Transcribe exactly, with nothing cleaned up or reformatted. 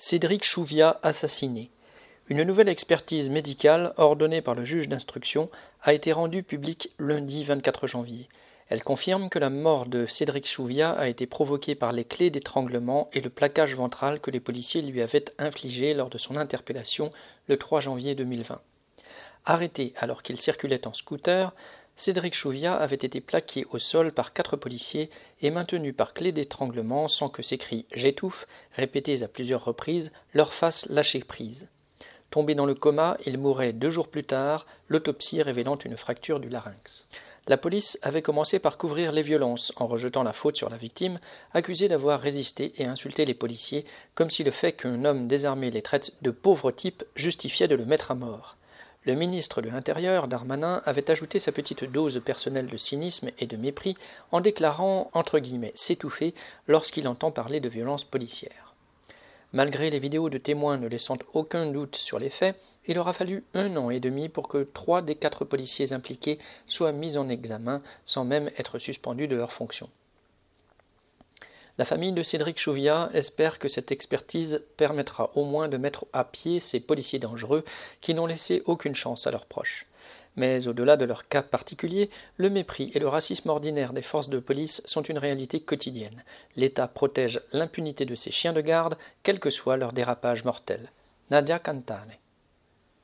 Cédric Chouviat assassiné. Une nouvelle expertise médicale ordonnée par le juge d'instruction a été rendue publique lundi vingt-quatre janvier. Elle confirme que la mort de Cédric Chouviat a été provoquée par les clés d'étranglement et le plaquage ventral que les policiers lui avaient infligés lors de son interpellation le trois janvier deux mille vingt. Arrêté alors qu'il circulait en scooter, Cédric Chouviat avait été plaqué au sol par quatre policiers et maintenu par clé d'étranglement sans que ses cris « j'étouffe » répétés à plusieurs reprises leur fassent lâcher prise. Tombé dans le coma, il mourait deux jours plus tard, l'autopsie révélant une fracture du larynx. La police avait commencé par couvrir les violences en rejetant la faute sur la victime, accusée d'avoir résisté et insulté les policiers, comme si le fait qu'un homme désarmé les traite de pauvres types justifiait de le mettre à mort. Le ministre de l'Intérieur, Darmanin, avait ajouté sa petite dose personnelle de cynisme et de mépris en déclarant entre guillemets s'étouffer lorsqu'il entend parler de violences policières. Malgré les vidéos de témoins ne laissant aucun doute sur les faits, il aura fallu un an et demi pour que trois des quatre policiers impliqués soient mis en examen sans même être suspendus de leurs fonctions. La famille de Cédric Chouviat espère que cette expertise permettra au moins de mettre à pied ces policiers dangereux qui n'ont laissé aucune chance à leurs proches. Mais au-delà de leur cas particulier, le mépris et le racisme ordinaire des forces de police sont une réalité quotidienne. L'État protège l'impunité de ses chiens de garde, quel que soit leur dérapage mortel. Nadia Cantane.